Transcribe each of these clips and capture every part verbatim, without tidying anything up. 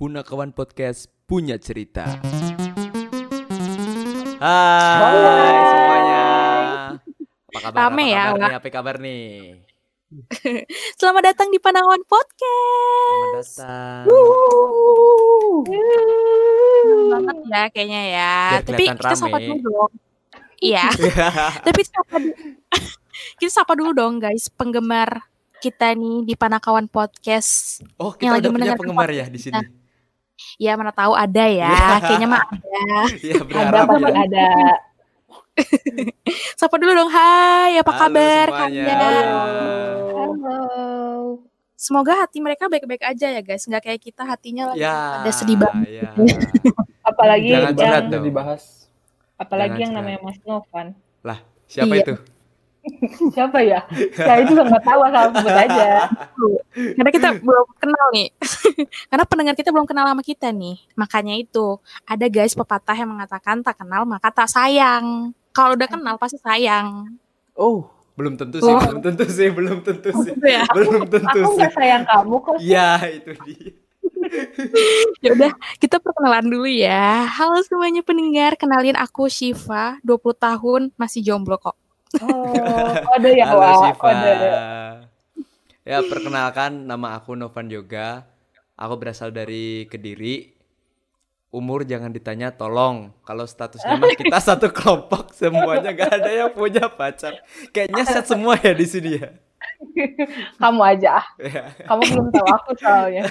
Punakawan Podcast punya cerita. Hai semuanya. Apa kabar? Rame apa ya, kabar Wak. nih? Apa kabar nih? Selamat datang di Punakawan Podcast. Selamat datang. Senang banget ya kayaknya ya. Biar Tapi kelihatan kita sapa rame. dulu dong. Iya. Tapi sapa du- kita sapa dulu dong guys, penggemar kita nih di Punakawan Podcast. Oh, Yang kita lagi udah punya mendengarkan penggemar ya podcast di kita. sini. Ya mana tahu ada ya. Iya. Kayaknya mah ada. Iya, Ada berharap pasti ya. ada. Sapa dulu dong. Hai, apa Halo kabar semuanya. kalian? Halo. Semoga hati mereka baik-baik aja ya guys. Nggak kayak kita hatinya lagi Ya. ada sedih banget. Ya. Apalagi Jangan yang curhat dong. dibahas. apalagi Jangan yang curhat. namanya Mas Novan. Lah, siapa Iya. itu? Siapa ya? Saya juga nggak tahu, asal sebut aja. Karena kita belum kenal nih. Karena pendengar kita belum kenal sama kita nih. Makanya itu, ada guys pepatah yang mengatakan tak kenal maka tak sayang. Kalau udah kenal pasti sayang. Oh, Belum tentu sih, Oh. belum tentu sih, belum tentu sih. Gitu ya. Belum tentu Aku sih. nggak sayang kamu kok. Iya, itu dia. Ya udah, kita perkenalan dulu ya. Halo semuanya pendengar, kenalin aku Syifa, dua puluh tahun, masih jomblo kok. Oh, kode ya, Halo Wak. Syifa. Kode. Ya, perkenalkan nama aku Novan Yoga. Aku berasal dari Kediri. Umur jangan ditanya, tolong. Kalau statusnya mah kita satu kelompok, semuanya gak ada yang punya pacar. Kayaknya set semua ya di sini ya. Kamu aja. ah. Ya. Kamu belum tahu aku soalnya.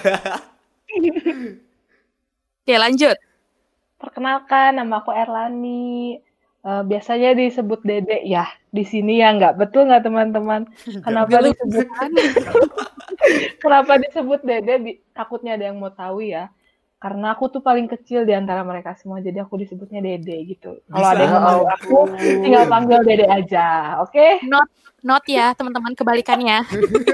Oke lanjut. Perkenalkan, nama aku Erlani. Eh, biasanya disebut Dede ya. Di sini ya nggak betul nggak teman-teman? Kenapa Nggak disebut? Kenapa disebut Dede? Di- takutnya ada yang mau tahu ya. Karena aku tuh paling kecil di antara mereka semua, jadi aku disebutnya Dede gitu. Kalau Bisa. ada yang mau aku, tinggal panggil Dede aja, oke? Not, not ya teman-teman, kebalikannya.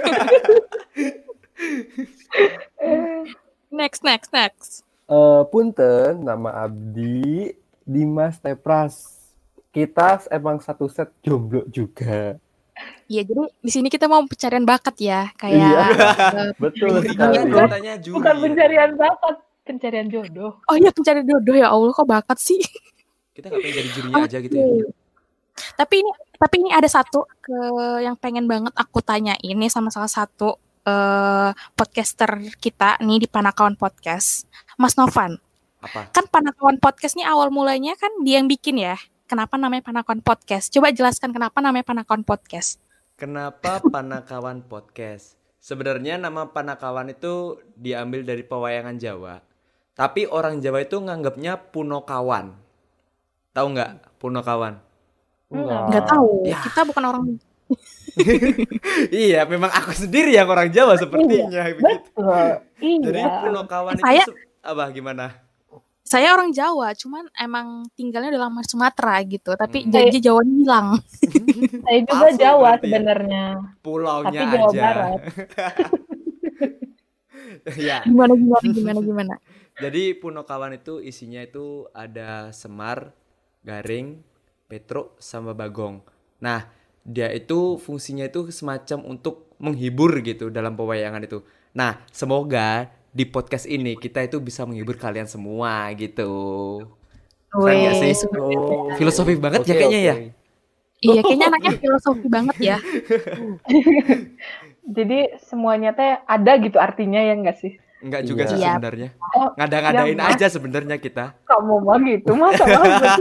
Next, next, next. eh, punten, nama Abdi Dimas Tepras. Kita emang satu set jomblo juga. Iya, jadi di sini kita mau pencarian bakat ya, kayak Iya. eh, Betul Juri sekali. kan katanya juri. Bukan pencarian bakat, pencarian jodoh. oh iya pencarian jodoh ya Allah, kok bakat sih. Kita gak pengen jadi jurinya aja gitu ya. Oke. Tapi ini, tapi ini ada satu ke yang pengen banget aku tanya ini sama salah satu eh, podcaster kita nih di Punakawan Podcast, Mas Novan. Apa? Kan Punakawan Podcast nih awal mulanya kan dia yang bikin ya. Kenapa namanya Punakawan Podcast? Coba jelaskan kenapa namanya Punakawan Podcast. Kenapa Panakawan Podcast? Sebenarnya nama Panakawan itu diambil dari pewayangan Jawa. Tapi orang Jawa itu nganggapnya Punokawan. Tahu nggak Punokawan? Enggak. Nggak tahu. Ya. Kita bukan orang. Iya, memang aku sendiri yang orang Jawa sepertinya. begitu. Betul. Jadi Iya. Punokawan Eh, saya- itu se- apa gimana? Saya orang Jawa, cuman emang tinggalnya di lama Sumatera gitu. Tapi Hmm. janji Jawanya hilang. Saya juga Palsu Jawa berarti ya? sebenarnya. Pulaunya Tapi Jawa aja. Barat. Ya. Gimana gimana gimana gimana. Jadi Punokawan itu isinya itu ada Semar, Garing, Petruk, sama Bagong. Nah, dia itu fungsinya itu semacam untuk menghibur gitu dalam pewayangan itu. Nah, semoga di podcast ini kita itu bisa menghibur kalian semua gitu. Keren nggak sih? Wes, Oh. Filosofi banget ya Oke, kayaknya oke. ya. Iya, kayaknya anaknya filosofi banget ya. Jadi semuanya teh ada gitu artinya ya nggak sih? Enggak juga Iya. sih Iya. sebenarnya. Oh, Ngada-ngadain ya, Mas. aja sebenarnya kita. Kamu mah gitu, masa banget.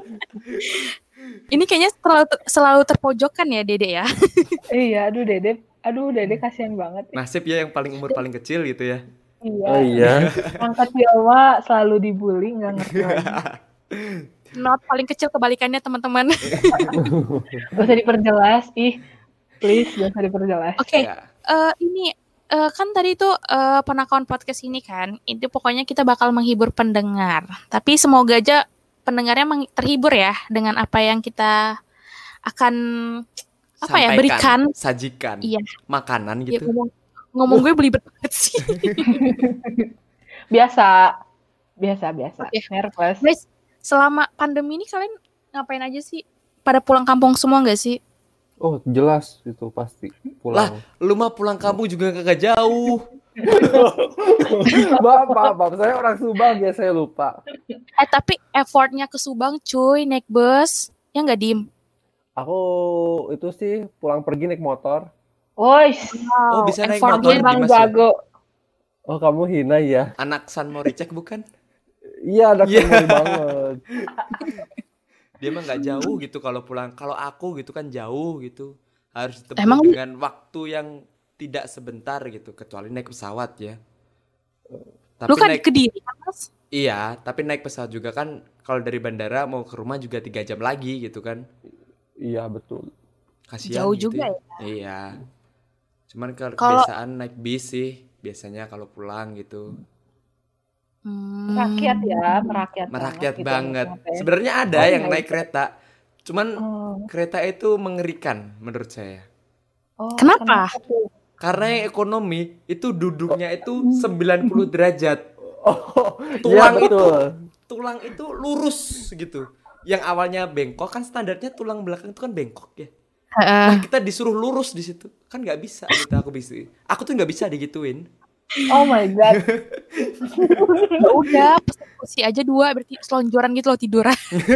Ini kayaknya selalu selalu terpojokkan ya, Dede ya. Iya, aduh Dede, aduh Dede kasihan banget. Nasib ya yang paling umur paling kecil gitu ya. Iya. Oh iya. Yang kecil mah selalu dibully, nggak ngerti lagi. Not paling kecil kebalikannya teman-teman. Gak usah diperjelas, ih. Please, gak usah diperjelas. Oke, Ya. eh, ini eh, kan tadi itu eh, Punakawan Podcast ini kan, itu pokoknya kita bakal menghibur pendengar. Tapi semoga aja pendengarnya meng- terhibur ya dengan apa yang kita akan apa ya Sampaikan, berikan. sajikan, Iya. makanan Ya, gitu. ngomong ngomong gue belibet banget sih. Biasa. Biasa, biasa. Oke. Nervous. Guys, selama pandemi ini kalian ngapain aja sih? Pada pulang kampung semua nggak sih? Oh, jelas itu pasti pulang. Lu mah pulang kampung juga kagak jauh. Maaf, maaf, maaf. Saya orang Subang ya, saya lupa. Eh tapi effortnya ke Subang cuy naik bus. Ya nggak Dim? Aku itu sih pulang pergi naik motor. Wois, Oh, bisa naik effort motor makin dia- Bang Dimas ya? jago. Oh, kamu hina ya? Anak San Moricek bukan? Iya, anak Iya. yeah. banget. Dia mah nggak jauh gitu kalau pulang. Kalau aku gitu kan jauh gitu. Harus ditempuh Emang- dengan waktu yang tidak sebentar gitu, kecuali naik pesawat ya. Tapi Lu kan naik ke Kediri kan Mas? iya, tapi naik pesawat juga kan kalau dari bandara mau ke rumah juga tiga jam lagi gitu kan. Iya, betul. Kasihan Jauh gitu juga ya. Iya. Cuman kalau Kalau- kebiasaan naik bis sih biasanya kalau pulang gitu. Hmm. Merakyat ya, merakyat, Merakyat gitu banget. maksudnya. Sebenarnya ada Oh yang my naik God. kereta. Cuman Oh, kereta itu mengerikan menurut saya. oh, Kenapa? tuh? Karena yang ekonomi itu duduknya itu sembilan puluh derajat. Oh, iya Tulang itu betul. tulang itu lurus gitu. Yang awalnya bengkok kan standarnya tulang belakang itu kan bengkok ya. Heeh. Nah, kita disuruh lurus di situ. Kan nggak bisa gitu aku bisa. Aku tuh nggak bisa digituin. Oh my god. Ya udah, pesen kursi aja dua berarti selonjoran gitu loh tidur.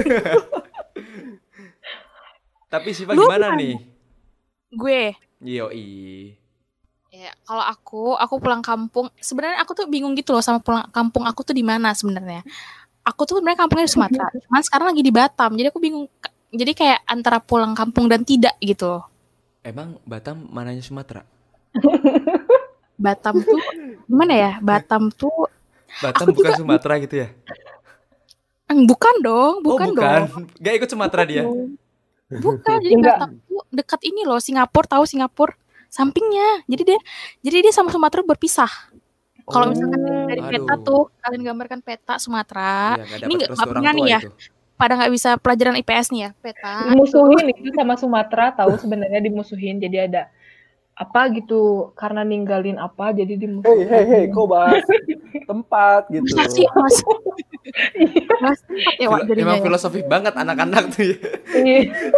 Tapi Siva Lu gimana kan- nih? Gue Yoi. ya kalau aku aku pulang kampung sebenarnya aku tuh bingung gitu loh sama pulang kampung aku tuh di mana sebenarnya. Aku tuh sebenarnya kampungnya di Sumatera, cuman sekarang lagi di Batam. Jadi aku bingung jadi kayak antara pulang kampung dan tidak gitu. Emang Batam mananya Sumatera? Batam tuh gimana ya? Batam tuh Batam Aku bukan juga- Sumatera gitu ya? eh, bukan dong, bukan, oh, bukan. dong. Gak ikut Sumatera dia. Bukan, jadi Enggak. Batam tuh dekat ini loh, Singapura, tahu Singapura? Sampingnya. Jadi dia jadi dia sama Sumatera berpisah. Kalau misalkan dari Aduh. peta tuh kalian gambarkan peta Sumatera. Iya, gak Ini dapat nggak restu nggak orang pernah tua nih ya. itu. Pada nggak bisa pelajaran I P S nih ya, peta. Dimusuhin itu sama Sumatera, tahu sebenarnya dimusuhin. Jadi ada apa gitu karena ninggalin apa jadi Hei, dimusuhin. hei, hei, kok bahas tempat gitu. Masa sih mas? Mas tempat ya Wak, Filo- jadinya emang ya. filosofis banget anak-anak tuh ya. Iya.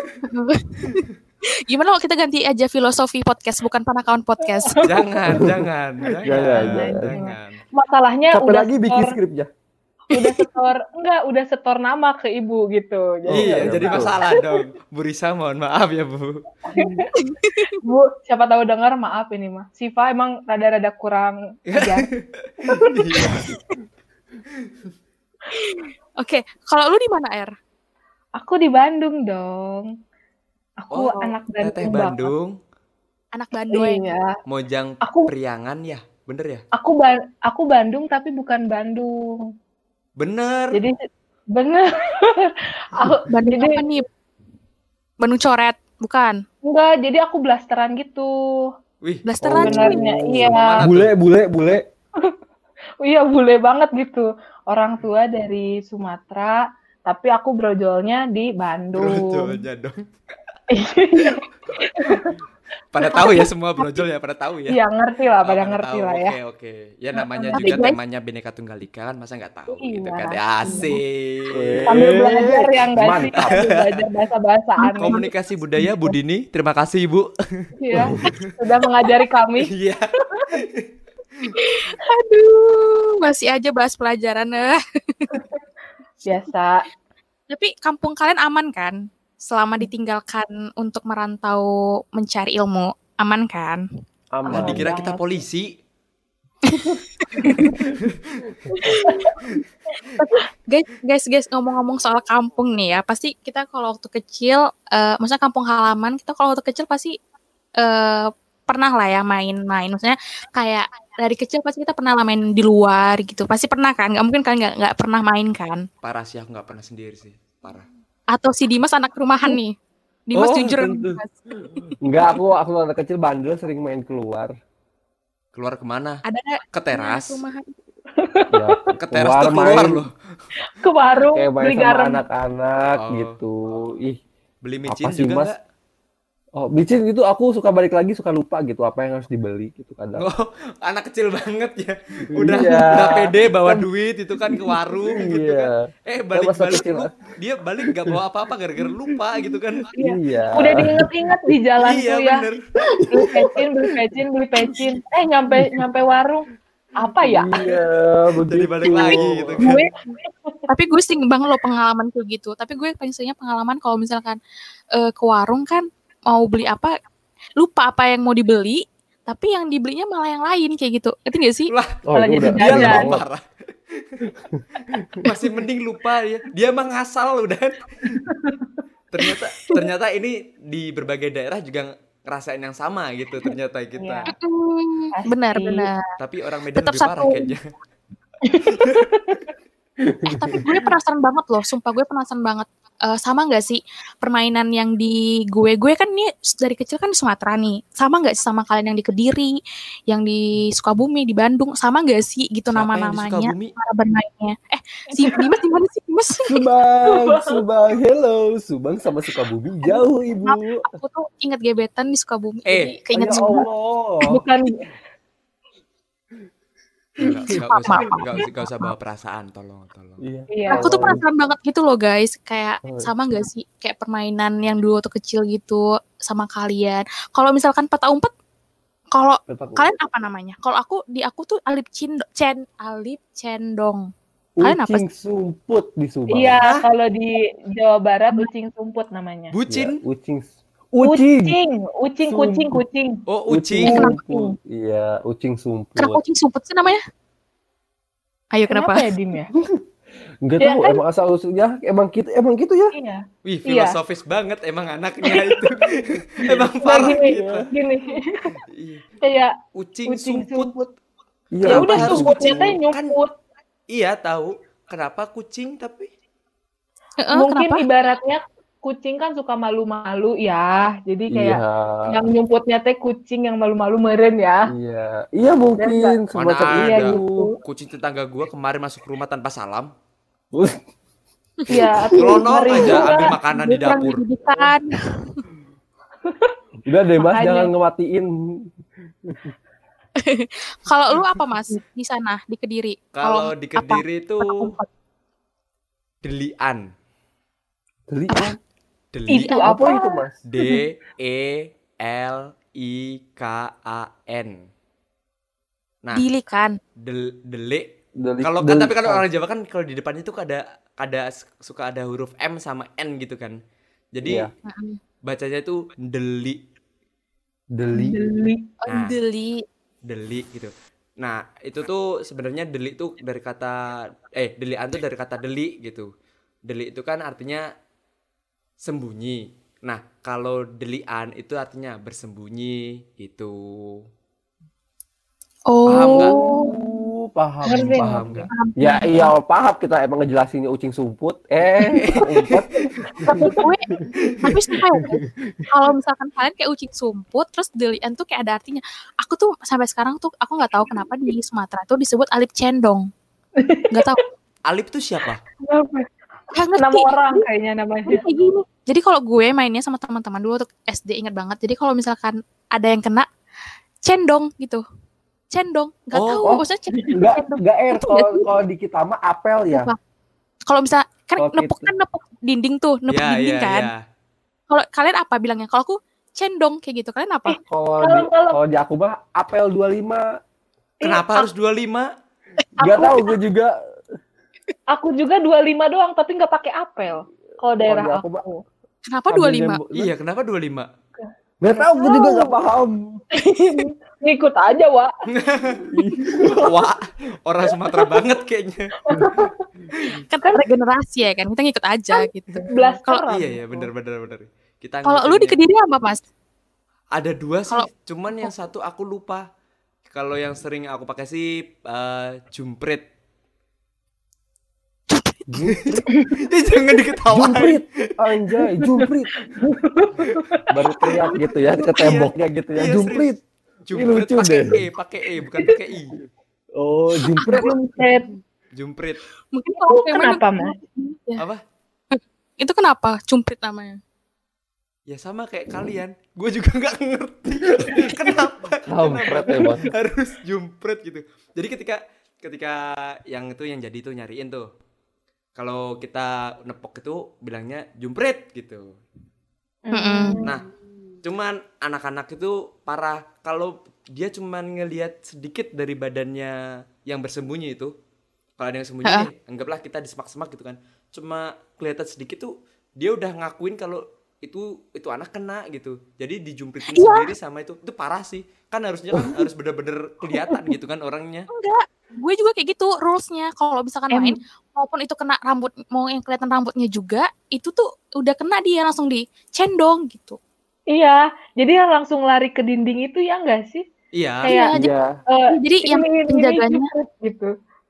Gimana kalau kita ganti aja filosofi podcast bukan panakawan podcast? Jangan, jangan, jangan, Jangan, jangan, jangan. Masalahnya Siapa udah lagi bikin setor, skripnya? udah setor enggak udah setor nama ke ibu gitu. Jadi Iya, iya, jadi betul. masalah dong. Bu Risa mohon maaf ya, Bu. Bu, siapa tahu dengar maaf ini mah. Siva emang rada-rada kurang ajar. Iya. Oke, kalau lu di mana Er? Aku di Bandung dong. Aku Oh, anak Bandung Teteh banget. Bandung, Anak Bandung. Iya. Mojang Aku Priangan ya? Bener ya? aku Ba- aku Bandung tapi bukan Bandung. Bener. Jadi bener. aku Bandung jadi apa nih? Bandung coret, bukan? enggak, jadi aku blasteran gitu. Wih, Blasteran Oh. Sebenarnya iya. Sama mana tuh? Bule, bule, bule. Iya, bule banget gitu. Orang tua dari Sumatera, tapi aku brojolnya di Bandung. brojolnya dong. Pada tahu ya semua brojol ya, pada tahu ya. Iya, ngerti lah, Oh, pada ngerti tahu. lah ya. Oke, oke. Ya namanya Tapi juga guys- temanya Bhinneka Tunggal Ika kan, masa nggak tahu Iya. gitu kan. Ya, asik. Sambil belajar yang enggak sih, Mantap. sambil belajar bahasa-bahasa aneh. Komunikasi budaya Bu Dini, terima kasih Ibu. Ya, sudah mengajari kami. Iya. Aduh, masih aja bahas pelajaran. eh. Biasa. Tapi kampung kalian aman kan? Selama ditinggalkan untuk merantau mencari ilmu, aman kan? Ah, Aman. dikira kita banget. polisi. Guys, guys, guys ngomong-ngomong soal kampung nih ya, pasti kita kalau waktu kecil, eh maksudnya kampung halaman, kita kalau waktu kecil pasti eh pernah lah ya main-main. Maksudnya kayak dari kecil pasti kita pernah lah main di luar gitu. Pasti pernah kan? Gak mungkin kan nggak nggak pernah main kan? Parah sih, aku nggak pernah sendiri sih. Parah. Atau si Dimas anak rumahan nih? Dimas Oh, jujur tentu. Dimas. Enggak, aku aku anak kecil bandel sering main keluar. Keluar kemana? Ada nggak Ke teras. anak rumahan? Ya, Ke teras Keluar tuh keluar main. loh. Ke warung kayak main beli sama garam. anak-anak Oh. gitu. Ih, Beli Apa micin sih, juga Mas? nggak? Oh, micin itu aku suka balik lagi suka lupa gitu apa yang harus dibeli gitu kadang. Oh, anak kecil banget ya. Udah Iya. udah pede bawa Kan- duit itu kan ke warung gitu kan. Iya. Eh Kan masa balik-balik kecil. bu, dia balik nggak bawa apa-apa gara-gara lupa gitu kan. Iya. Iya. Udah diinget-inget di jalan Iya tuh ya. bener. Beli pecin, beli pecin, beli pecin. Eh nyampe nyampe warung. Apa ya? Iya, begitu. Jadi balik lagi gitu kan. gue tapi gue sering banget loh pengalaman kayak gitu. Tapi gue paling seringnya pengalaman kalau misalkan eh, ke warung kan mau beli apa, lupa apa yang mau dibeli, tapi yang dibelinya malah yang lain kayak gitu. Ngerti gak sih? Lah, Oh, Malah itu jadi udah dia jajan. lebih banget. parah. Masih mending lupa ya. Dia mah ngasal udah. Ternyata ternyata ini di berbagai daerah juga ngerasain yang sama gitu ternyata kita. Iya. Hmm, Pasti. benar benar. Tapi orang Medan Tetap lebih parah satu. kayaknya. Eh tapi gue penasaran banget loh, sumpah gue penasaran banget. Eh, sama nggak sih permainan yang di gue gue kan nih dari kecil kan di Sumatera nih, sama nggak sih sama kalian yang di Kediri, yang di Sukabumi, di Bandung, sama nggak sih gitu Siapa yang di nama-namanya, Sukabumi? cara bermainnya? Eh si Dimas di mana sih Dimas? Subang, Subang, hello, Subang sama Sukabumi jauh ibu. Aku tuh inget gebetan di Sukabumi, Eh, jadi keinget Ya semua. Allah. Bukan Enggak, enggak Maaf, usah, maaf, maaf. enggak, enggak usah bawa perasaan, tolong, tolong. Iya. iya. Aku tuh penasaran banget gitu loh guys, kayak Oh. sama nggak sih kayak permainan yang dulu waktu kecil gitu sama kalian. Kalau misalkan peta umpet, kalau kalian apa namanya? Kalau aku di aku tuh alip cindo, cen, alip cendong. Kalian apa Ucing sumput di Subang. Iya, kalau di Jawa Barat ucing sumput namanya. Bucin? Ya, ucing. Ucing. Ucing, ucing, kucing, kucing. Oh, Ucing ucing. sumput. Iya, ucing sumput. Kenapa kucing sumput sih namanya? Ayo kenapa? Kenapa ya Dim ya? Enggak Ya tahu kan? emang asal usulnya emang gitu emang gitu ya. Iya. Wih, Iya. filosofis banget emang anaknya itu. Emang Nah, parah gini, gitu. gini. Iya. Kayak Ucing, ucing sumput. sumput. Iya. Ya Kenapa udah harus sumputnya kucing? teh Kan nyumput. iya tahu. Kenapa kucing tapi Heeh, Mungkin kenapa? ibaratnya kucing kan suka malu-malu ya. Jadi kayak Iya. yang nyumputnya teh kucing yang malu-malu meren ya. Iya. Iya Mana mungkin semacam Iya ada gitu. kucing tetangga gua kemarin masuk rumah tanpa salam. itu. Iya, atau Kelonong ngeri aja juga. ambil makanan di Kurang dapur. didikan. Udah deh Mas, Makanya. jangan ngematiin. Kalau lu apa Mas di sana di Kediri? Kalau di apa? Kediri itu Peta umpet. delian. Deli Deli Itu apa apa? itu Mas? D E L I K A N. Nah, Dilikan. del delik. Deli. Kalau kan deli- tapi kalau orang Jawa kan kalau di depannya itu ada ada suka ada huruf M sama N gitu kan. Jadi Iya. Heeh. bacanya itu deli, Deli. Deli. Oh, Nah. deli. deli gitu. Nah, itu tuh sebenarnya deli itu dari kata eh delian tuh dari kata deli gitu. Deli itu kan artinya sembunyi. Nah, kalau delian itu artinya bersembunyi gitu. Oh. Paham nggak? Oh, paham. Ngerti, Paham ngerti. nggak? Ya iya paham kita emang ngejelasinnya ucing sumput. Eh, umpet. Tapi gue tapi suka ya guys, kalau misalkan kalian kayak ucing sumput terus delian tuh kayak ada artinya. Aku tuh sampai sekarang tuh aku nggak tahu kenapa di Sumatera tuh disebut alip cendong. Nggak tahu. Alip tuh siapa? Kenapa? Nggak ngerti. Nama orang kayaknya namanya. Jadi kayak gini. Jadi kalau gue mainnya sama teman-teman dulu waktu S D ingat banget. Jadi kalau misalkan ada yang kena cendong gitu. Cendong, nggak Oh, tahu oh. maksudnya cendong. Enggak, cendong. enggak er Itu kalau nggak sih? kalau di kita mah apel ya. Apa? Kalau misal kan Kalau nepuk kita- kan nepuk dinding tuh, nepuk Ya, dinding ya, kan. ya. Kalau kalian apa bilangnya? Kalau aku cendong kayak gitu. Kalian apa? Kalau Kalau- di kalau- kalau di aku mah apel dua puluh lima. Kenapa Eh, harus dua puluh lima? Enggak tahu gue juga. Aku juga dua puluh lima doang tapi nggak pakai apel. Kalau daerah di aku, aku. Mbak. Kenapa Ambil dua puluh lima? jembo- Iya, kenapa dua puluh lima? Nggak tahu gue juga nggak paham. Ngikut aja, Wak. Wah, orang Sumatera banget kayaknya. Kan regenerasi ya kan. Kita ngikut aja gitu. Blasteran. Kalau Iya, iya, bener, bener, bener. Kita kalau lu di ngikutin Kediri apa, Mas? Ada dua sih, Kalau- cuman yang satu aku lupa. Kalau yang sering aku pakai sih eh, jumprit. Eh, jangan diketawain. Jumprit, anjay, jumprit. Baru teriak gitu ya ke temboknya gitu ya. Iya, Jumprit. Jumprit lucu pakai deh. E, pakai E, bukan pakai I. Oh, jumprit. Jumpret. Jumprit. Mungkin kalau Itu yang main- kenapa, Mas? Ya. Apa? Itu kenapa? Cumprit namanya. Ya sama kayak kalian, gue juga nggak ngerti kenapa, Kampret kenapa emang. harus jumpret gitu. Jadi ketika ketika yang itu yang jadi tuh nyariin tuh, kalau kita nepok itu bilangnya jumpret gitu. Mm-mm. Nah, cuman anak-anak itu parah kalau dia cuman ngelihat sedikit dari badannya yang bersembunyi itu. Kalau ada yang sembunyi Ha-ah. nih, anggaplah kita di semak-semak gitu kan. Cuma kelihatan sedikit tuh dia udah ngakuin kalau itu itu anak kena gitu. Jadi dijumpritin sendiri sama itu. Itu parah sih. Kan harusnya kan harus bener-bener kelihatan gitu kan orangnya. Enggak, gue juga kayak gitu rulesnya. Kalau misalkan Em. main, walaupun itu kena rambut, mau yang kelihatan rambutnya juga, itu tuh udah kena dia langsung dicendong gitu. Iya, jadi langsung lari ke dinding itu ya enggak sih? Iya. Kayak Iya, Iya. eh, jadi yang ini ini penjaganya, jepret gitu.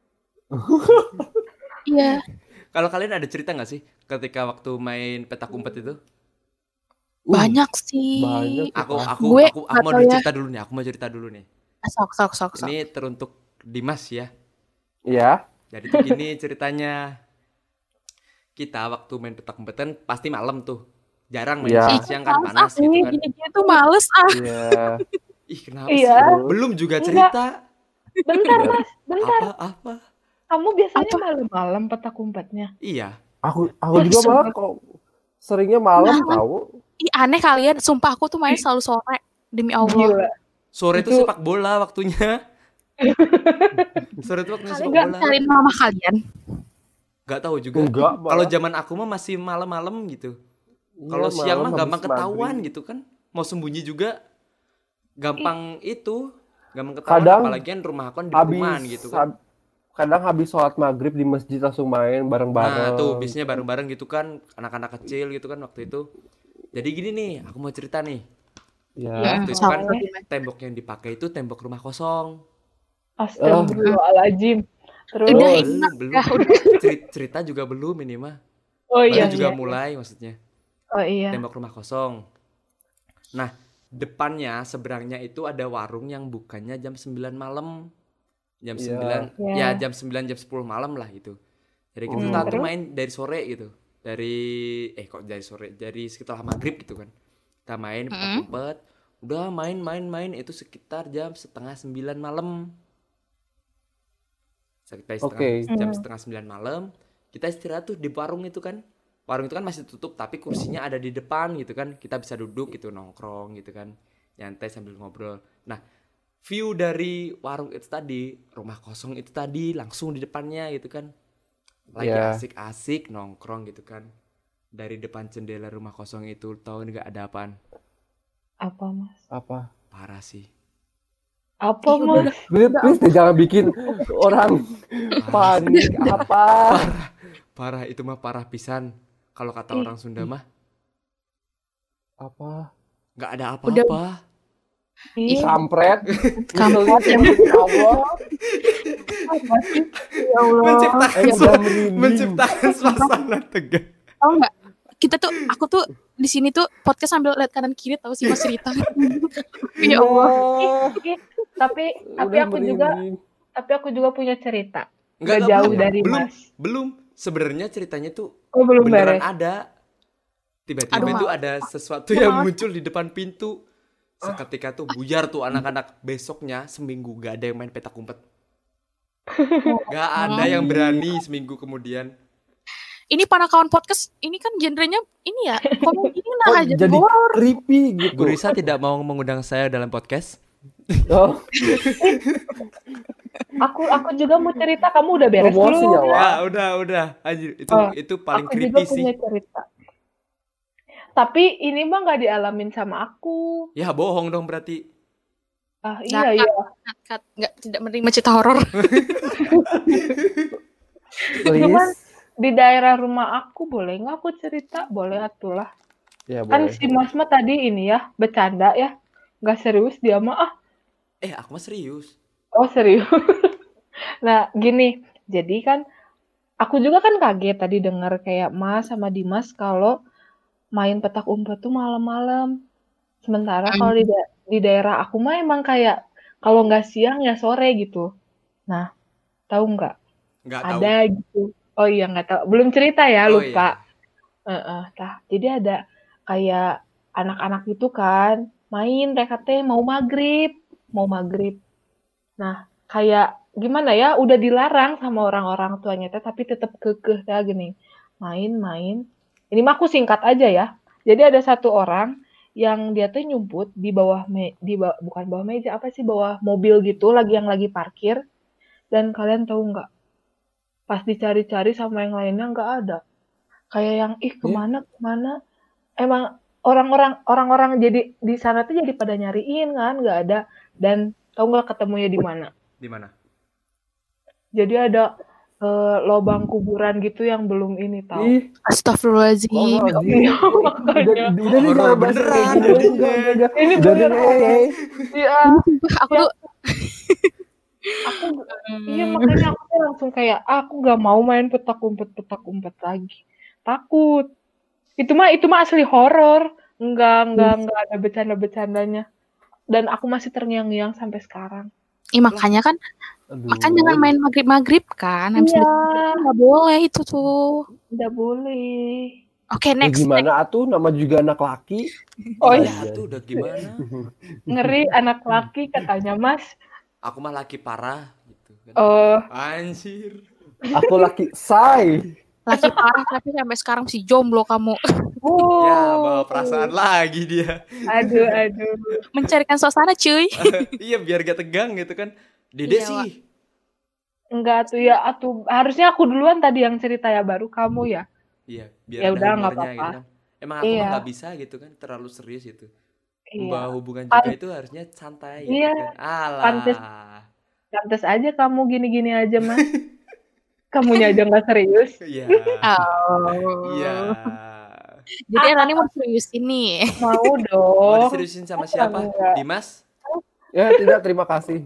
iya. Kalau kalian ada cerita nggak sih ketika waktu main petak umpet itu? Uh, Banyak sih. banyak tuh, Aku Pak. aku Gue aku aku nggak mau tahu ya. cerita dulu nih. Aku mau cerita dulu nih. Ah, Sok, sok, sok, sok. Ini teruntuk Dimas ya. Iya. Jadi tuh gini ceritanya. Kita waktu main petak umpetan pasti malam tuh. Jarang main Iya. siang-siang kan Males panas ah, gitu kan. gini-gini tuh males ah. Iya. Ih kenapa Iya. sih? Belum juga Enggak. cerita. Bentar, Mas. Bentar. Apa apa? Kamu biasanya malam-malam petak umpetnya? Iya. Aku aku juga malah kok seringnya malam tahu. Ih, aneh kalian. Sumpah aku tuh main selalu sore. Demi Allah. Gila. Sore itu Itu- sepak bola waktunya. Sore itu waktunya sepak Kalian bola. cariin mama kalian. Gak tahu juga. Enggak, Kalau malah. zaman aku mah masih malam-malam gitu. Iya, Kalau siang mah malam gampang habis ketahuan maghrib. gitu kan. Mau sembunyi juga gampang itu. Gampang ketahuan Kadang apalagi kan rumah aku kan di Habis perumahan gitu kan. hab- kadang habis sholat maghrib di masjid langsung main bareng-bareng. Nah tuh biasanya bareng-bareng gitu kan. Anak-anak kecil gitu kan waktu itu. Jadi gini nih, aku mau cerita nih. Ya. Waktu itu Sok. kan tembok yang dipakai itu tembok rumah kosong. Astagfirullahaladzim. Terus, Udah, Oh, enak. belum, belum. Ya, udah. Ceri- cerita juga belum ini mah. oh Baru iya, juga iya. mulai maksudnya. Oh iya. Tembok rumah kosong. Nah, depannya seberangnya itu ada warung yang bukanya jam sembilan malam. Jam Iya. sembilan, Iya. ya jam sembilan jam sepuluh malam lah gitu. Jadi kita Hmm, tuh terus? main dari sore gitu. Dari eh kok dari sore, dari sekitar maghrib gitu kan. Kita main petak Mm-mm. umpet. Udah main main main itu sekitar jam setengah sembilan malam. Sekitar setengah, Oke. jam Hmm. setengah sembilan malam. Kita istirahat tuh di warung itu kan. Warung itu kan masih tutup tapi kursinya ada di depan gitu kan. Kita bisa duduk gitu nongkrong gitu kan. Nyantai sambil ngobrol. Nah, view dari warung itu tadi, rumah kosong itu tadi langsung di depannya gitu kan. Lagi Iya. asik-asik nongkrong gitu kan. Dari depan jendela rumah kosong itu tahu nggak ada apaan? Apa, Mas? Apa? Parah sih. Apa, Ih, udah, Mas? Please, please deh, jangan bikin orang Parah, panik apa. parah itu mah parah pisan. Kalau kata Ih, orang Sunda ih. mah Apa? nggak ada Udah. apa-apa. Ih, Kampret. Kampret. Ngeselin, ya Allah. apa sih? Ya Allah. Menciptakan Eh, udah suasana, merinding. menciptakan suasana tegang. Tahu nggak? Kita tuh, aku tuh di sini tuh podcast sambil lihat kanan kiri tahu sih Mas cerita. Ya Allah. Ih, tapi tapi Udah aku juga merinding. tapi aku juga punya cerita. Nggak, Gak nggak, jauh belum, dari belum, Mas. belum. Sebenarnya ceritanya tuh Oh, belum beneran beres. ada. Tiba-tiba Aduh, itu maaf. ada sesuatu Aduh, yang maaf. muncul di depan pintu. Seketika tuh buyar tuh anak-anak. Besoknya seminggu gak ada yang main petak umpet. Gak ada yang berani seminggu kemudian. Ini Panakawan Podcast, ini kan genrenya ini ya, komedi Kok nah aja. jadi horor. creepy gitu. Bu Risa tidak mau mengundang saya dalam podcast. Oh, Aku aku juga mau cerita, kamu udah beres promosi ya, belum? Wak. Ya udah udah anjir itu Oh, itu paling Aku juga creepy sih. punya cerita. Tapi ini mah nggak dialamin sama aku. Ya bohong dong berarti. Ah Nggak, iya iya. Kat, kat, nggak tidak menerima cerita horor. Cuman Please. di daerah rumah aku boleh nggak aku cerita? Boleh atulah. Ya, Kan boleh. si Mas mah tadi ini ya bercanda ya, nggak serius dia mah ah. Eh aku mah serius. Oh serius. Nah gini, jadi kan aku juga kan kaget tadi dengar kayak Mas sama Dimas kalau main petak umpet tuh malam-malam. Sementara Hmm. kalau di, da- di daerah aku mah emang kayak kalau nggak siang ya sore gitu. Nah, tahu nggak? Nggak tahu. Ada gitu. Oh iya nggak tahu. Belum cerita ya, Oh, lupa. Heeh, tah. Jadi ada kayak anak-anak itu kan main mereka teh mau maghrib, mau maghrib. Nah, kayak gimana ya, udah dilarang sama orang-orang tuanya teh, tapi tetap kekeh kayak gini. Main-main. Ini mah aku singkat aja ya. Jadi ada satu orang yang dia tuh nyumput di bawah me, di bawah, bukan bawah meja, apa sih, bawah mobil gitu, lagi yang lagi parkir. Dan kalian tahu nggak? Pas dicari-cari sama yang lainnya nggak ada. Kayak yang ih kemana kemana. Emang orang-orang orang-orang jadi di sana tuh jadi pada nyariin kan, nggak ada. Dan tahu nggak ketemunya di mana? Di mana? Jadi ada uh, lobang kuburan gitu yang belum ini tahu. Ih, Astagfirullahaladzim. oh, Iya, udah makanya. udah nih Horor jangan bahas beneran kayak gitu. jadinya. Enggak, enggak, enggak. Ini Udah bener deh, horor. eh. Iya, Aku ya, tuh aku iya makanya aku tuh langsung kayak ah, aku nggak mau main petak umpet petak umpet lagi. Takut. Itu mah itu mah asli horor. Enggak enggak enggak ada bercanda-bercandanya. Dan aku masih terngiang-ngiang sampai sekarang. Ih, makanya kan Aduh. makan jangan main maghrib-maghrib kan. Habis Iya, maghrib nggak boleh itu tuh. nggak boleh. Oke, Ya next. gimana atuh, nama juga anak laki. Oh Iya, iya, tuh udah gimana? ngeri anak laki katanya Mas. Aku mah laki parah gitu kan. Eh, Anjir. Aku laki say. Laki parah tapi sampai sekarang masih jomblo kamu. wow. Ya, bawa perasaan lagi dia. Aduh, aduh. Mencarikan suasana, cuy. Iya, biar gak tegang gitu kan. Dede Iya, sih. Enggak tuh ya, atuh harusnya aku duluan tadi yang cerita ya, baru kamu ya. Iya, biar Ya ada udah, nggak humornya apa-apa. gitu kan. Emang aku mah Iya. nggak bisa gitu kan, terlalu serius itu. Iya. Membawa hubungan Pan- juga itu harusnya santai gitu Iya, kan. Alah. pantes. Pantes aja kamu gini-gini aja, Mas. Kamunya aja nggak serius. Iya. Oh. Iya. Jadi Rani mau serius ini. Mau Mau dong. diseriusin sama siapa? Enggak. Dimas? Ya tidak, terima kasih.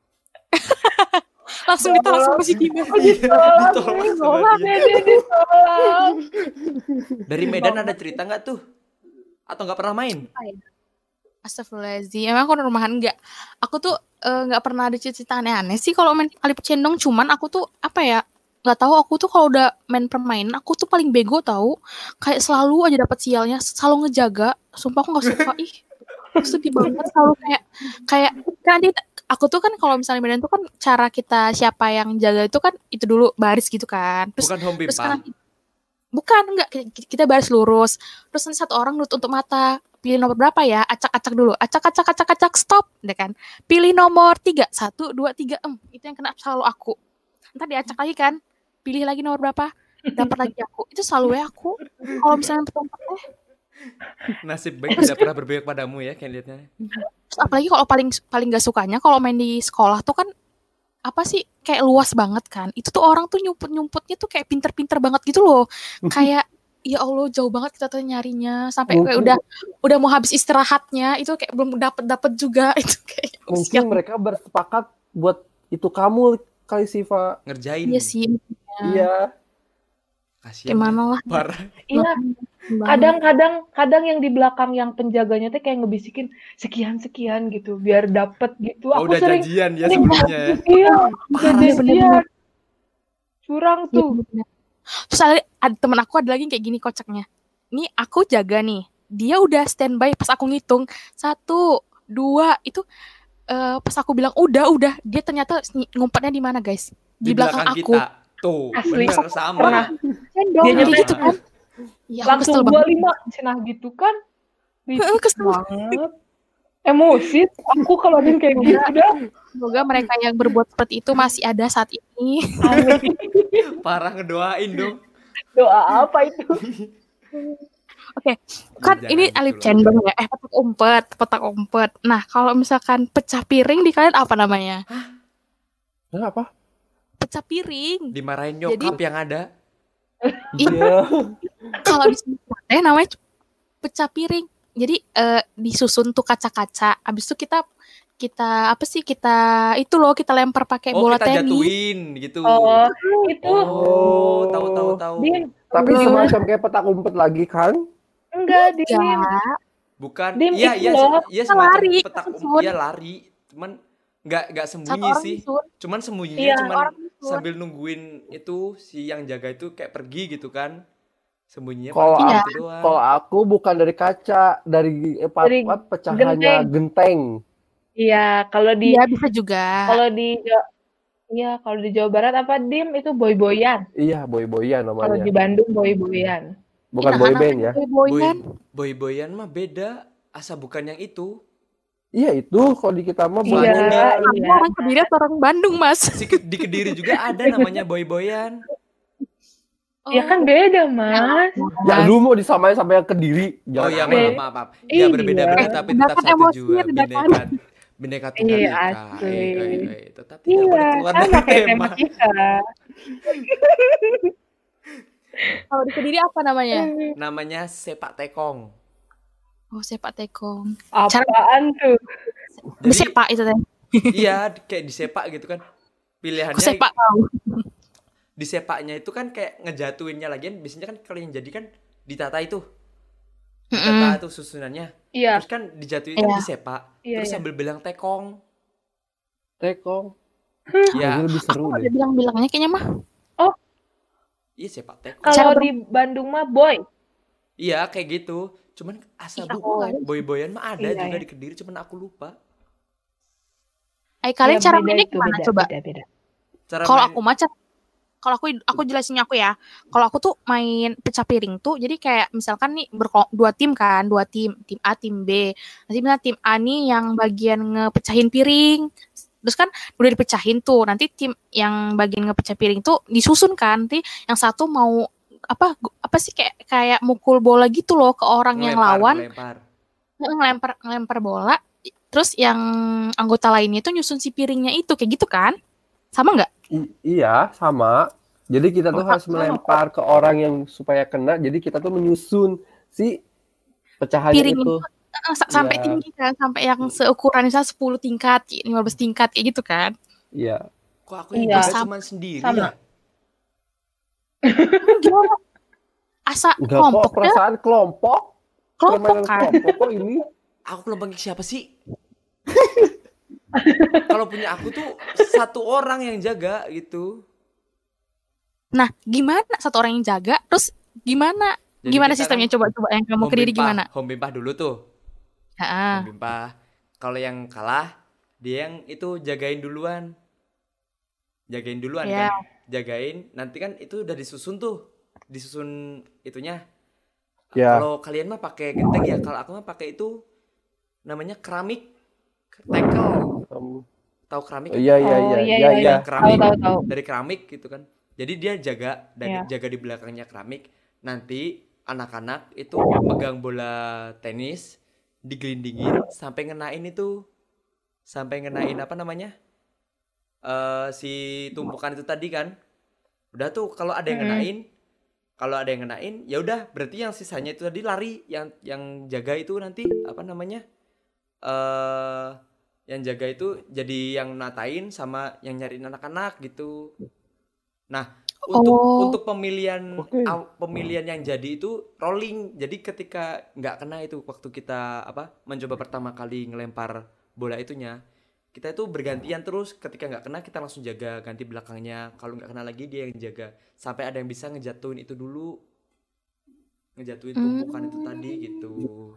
Langsung ditolak sama si Dimas. Ditolak, Ditolak nih, sama nolak dia. ya dia ditolak. Dari Medan ada cerita nggak tuh? Atau nggak pernah main? Astagfirullahaladzim. Emang aku rumahan enggak. Aku tuh eh, nggak pernah ada cerita aneh-aneh sih kalau main kali pecendong. Cuman aku tuh apa ya? Nggak tahu, aku tuh kalau udah main permainan aku tuh paling bego tahu. Kayak selalu aja dapat sialnya, selalu ngejaga. Sumpah aku nggak suka. Ih, aku sedih banget selalu kayak kayak kan nanti aku tuh kan kalau misalnya Medan tuh kan cara kita siapa yang jaga itu kan itu dulu baris gitu kan. Terus Bukan home terus pimpah. kan bukan enggak kita, kita baris lurus. Terus nanti satu orang nutup untuk mata. Pilih nomor berapa ya? Acak-acak dulu. Acak-acak acak-acak stop, deh kan. Pilih nomor tiga. Satu, dua, tiga. Em, itu yang kena selalu aku. Ntar diacak lagi kan. Pilih lagi nomor berapa. Dapat lagi aku. Itu selalu ya aku. Kalau misalnya pertama eh Nasib baik tidak pernah berpihak padamu ya, kayak liatnya. terus apalagi kalau paling paling gak sukanya kalau main di sekolah tuh kan apa sih kayak luas banget kan. Itu tuh orang tuh nyumput-nyumputnya tuh kayak pinter-pinter banget gitu loh. Kayak ya Allah jauh banget kita tuh nyarinya sampai kayak Mungkin- udah udah mau habis istirahatnya itu kayak belum dapet dapet juga itu kayak Mungkin mereka bersepakat buat itu kamu kali Siva. Ngerjain. iya sih Iya. Kasian. gimana lah. Parah. Iya, kadang-kadang kadang yang di belakang yang penjaganya tuh kayak ngebisikin sekian-sekian gitu biar dapet gitu. Oh, Aku udah sering janjian ya sering sebelumnya ya. iya, udah Parah, janjian. bener-bener. Curang Iya, tuh. bener-bener. Terus ada, ada temen aku ada lagi yang kayak gini kocaknya. Nih aku jaga nih. Dia udah standby pas aku ngitung. Satu, dua, itu eh, pas aku bilang udah, udah. Dia ternyata ny- ngumpetnya di mana guys? Di, belakang, aku. kita. Tuh, Asli. bener sama. Pernah Sendok, Dia kayak nyampe- gitu kan. Ya, aku langsung kesel dua banget. lima cenah gitu kan. Heeh, Licik kesel. banget. Emosi aku kalau ada yang kayak gitu dah. Semoga mereka yang berbuat seperti itu masih ada saat ini. Amin. Parah ngedoain dong. Doa apa itu? Kan Jangan ini gitu alip lah. cendong ya. Eh, petak umpet, petak umpet. Nah, kalau misalkan pecah piring di kalian apa namanya? Nah, apa? Pecah piring. Dimarahin nyokap Jadi- yang ada. Iya. Kalau di sini teh namanya pecah piring. Jadi eh, disusun tuh kaca-kaca. Abis itu kita kita apa sih kita itu loh kita lempar pakai Oh, bola kita tenis. jatuhin gitu. Oh, itu Oh, tahu tahu tahu. Din, Tapi Iya. semacam kayak petak umpet lagi kan? enggak Din. Enggak. Bukan. Dim, Iya, itu iya, loh. iya Kita semacam lari, petak um, susun. iya lari. Cuman nggak nggak Satu sembunyi orang sih. disusun, Cuman sembunyinya Iya, cuman orang disusun. sambil nungguin itu si yang jaga itu kayak pergi gitu kan. Sembunyinya Kalau paling Iya. itu doang. Kalau aku bukan dari kaca, dari eh, pa- Dari apa, pecahannya genteng. Iya, kalau di Iya bisa juga. kalau di Ja- iya, kalau di Jawa Barat apa Dim itu boy-boyan. Iya, boy-boyan Kalau di namanya. Bandung boy-boyan. Bukan Ih, boy nah, band ya. boy Boy boyan. boy-boyan mah beda. Asa bukan yang itu. Iya itu kalau di kita mah Iya, boy-boyan. iya. Orang Kediri atau orang Bandung, Mas? Si ke- di Kediri juga ada namanya boy-boyan. Ya kan beda, Mas. Ya lu mau disamain sampai yang Kediri. Oh Jangan ya, aneh. maaf, maaf, maaf. Ya Iya. berbeda-beda tapi tetap Bedakan satu emosi, jua. bedakan. Bineka, bineka tunggal Iya, ika. asli. Eh, eh, eh. Tetap tidak Iya, boleh keluar sama dari kayak tema. tema kita. Kalau di Kediri apa namanya? Namanya sepak tekong. Oh, sepak tekong. Apaan tuh? Jadi Sepak itu teh. iya kayak disepak gitu kan. Pilihannya Aku sepak tahu. di sepaknya itu kan kayak ngejatuinnya lagi. Biasanya kan kalau yang jadi kan ditata itu. Ditata itu susunannya. Iya, Terus kan dijatuhin kan Iya. disepak. Iya, Terus iya. sambil bilang tekong. Tekong. Ya, Kayaknya lebih seru Aku deh. udah bilang-bilangnya kayaknya mah. iya sepak tekong. kalau Cara ber- di Bandung mah boy. Iya kayak gitu. Cuman asa Ih, aku bu nggak ada. boy-boyan mah ada Iya, juga iya. di Kediri cuman aku lupa. Eh, kalian Ya, cara beda mainnya itu, gimana beda, coba? beda, beda. Cara Kalau main aku macam kalau aku aku jelasinnya aku ya. Kalau aku tuh main pecah piring tuh jadi kayak misalkan nih berko- dua tim kan, dua tim, tim A, tim B. Nanti misalnya tim A nih yang bagian ngepecahin piring. Terus kan udah dipecahin tuh. Nanti tim yang bagian ngepecah piring tuh disusun kan. Nanti yang satu mau apa gu- apa sih kayak kayak mukul bola gitu loh ke orang yang ngelempar, lawan, ngelempar. ngelempar ngelempar bola. Terus yang anggota lainnya itu nyusun si piringnya itu kayak gitu kan? Sama nggak? I- iya, sama. Jadi kita tuh Oh, harus melempar ke orang yang supaya kena. Jadi kita tuh menyusun si pecahannya Piring itu. Eh, sa- sampai Iya. tinggi kan, sampai yang seukuran misalnya sepuluh tingkat, lima belas tingkat kayak gitu kan. Iya. Kok aku yang Iya. jaga Sama. cuman sendiri Sama. ya? Hmm, gimana? Asa Enggak kok, kelompok dah, perasaan kelompok. kelompok Permainan kan. kelompok kok ini. Aku kelompoknya siapa sih? Kalau punya aku tuh satu orang yang jaga gitu. Nah, gimana satu orang yang jaga, terus gimana? Jadi Gimana kita sistemnya kan coba-coba yang kamu home Kediri bimpah, gimana? home bimpah dulu tuh. Heeh. Home bimpah. Kalau yang kalah, dia yang itu jagain duluan. Jagain duluan Iya. kan. Jagain, nanti kan itu udah disusun tuh. Disusun itunya. Ya. Kalau kalian mah pakai genteng ya, kalau aku mah pakai itu namanya keramik. Tackle. Um, Tahu keramik? iya, iya, Oh, iya, iya, iya, iya, iya. iya. Keramik. Tahu, tahu, tahu. Dari keramik gitu kan. Jadi dia jaga dari Iya. jaga di belakangnya keramik. Nanti anak-anak itu megang bola tenis, digelindingin sampai ngenain itu. Sampai ngenain apa namanya? Eh si tumpukan itu tadi kan. Udah tuh kalau ada yang Mm-mm. ngenain, kalau ada yang ngenain, ya udah berarti yang sisanya itu tadi lari, yang yang jaga itu nanti apa namanya? Eh yang jaga itu jadi yang natain sama yang nyariin anak-anak gitu. Nah, untuk Oh. untuk pemilihan Oke. aw- pemilihan yang jadi itu rolling. Jadi ketika nggak kena itu waktu kita apa mencoba pertama kali ngelempar bola itunya, kita itu bergantian terus. Ketika nggak kena kita langsung jaga ganti belakangnya. Kalau nggak kena lagi dia yang jaga sampai ada yang bisa ngejatuhin itu dulu, ngejatuhin tumpukan itu tadi gitu.